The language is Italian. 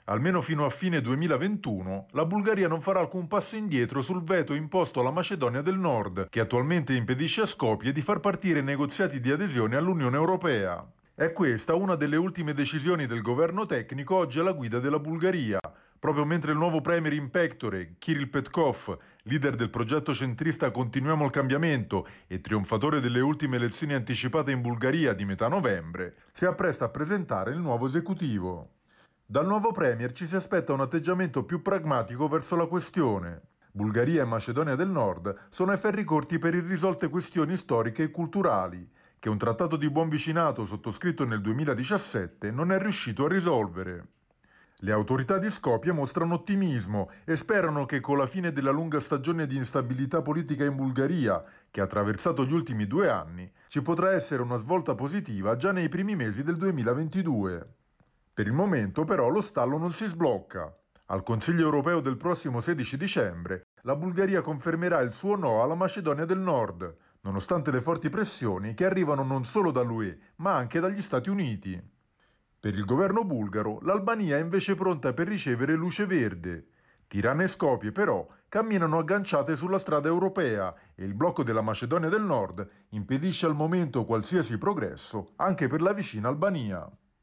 Almeno fino a fine 2021, la Bulgaria non farà alcun passo indietro sul veto imposto alla Macedonia del Nord, che attualmente impedisce a Skopje di far partire i negoziati di adesione all'Unione Europea. È questa una delle ultime decisioni del governo tecnico oggi alla guida della Bulgaria, proprio mentre il nuovo premier in pectore, Kirill Petkov, leader del progetto centrista Continuiamo il cambiamento e trionfatore delle ultime elezioni anticipate in Bulgaria di metà novembre, si appresta a presentare il nuovo esecutivo. Dal nuovo premier ci si aspetta un atteggiamento più pragmatico verso la questione. Bulgaria e Macedonia del Nord sono ai ferri corti per irrisolte questioni storiche e culturali, che un trattato di buon vicinato sottoscritto nel 2017 non è riuscito a risolvere. Le autorità di Skopje mostrano ottimismo e sperano che con la fine della lunga stagione di instabilità politica in Bulgaria, che ha attraversato gli ultimi 2 anni, ci potrà essere una svolta positiva già nei primi mesi del 2022. Per il momento però lo stallo non si sblocca. Al Consiglio europeo del prossimo 16 dicembre la Bulgaria confermerà il suo no alla Macedonia del Nord, nonostante le forti pressioni che arrivano non solo dall'UE, ma anche dagli Stati Uniti. Per il governo bulgaro, l'Albania è invece pronta per ricevere luce verde. Tirana e Skopje, però, camminano agganciate sulla strada europea e il blocco della Macedonia del Nord impedisce al momento qualsiasi progresso anche per la vicina Albania.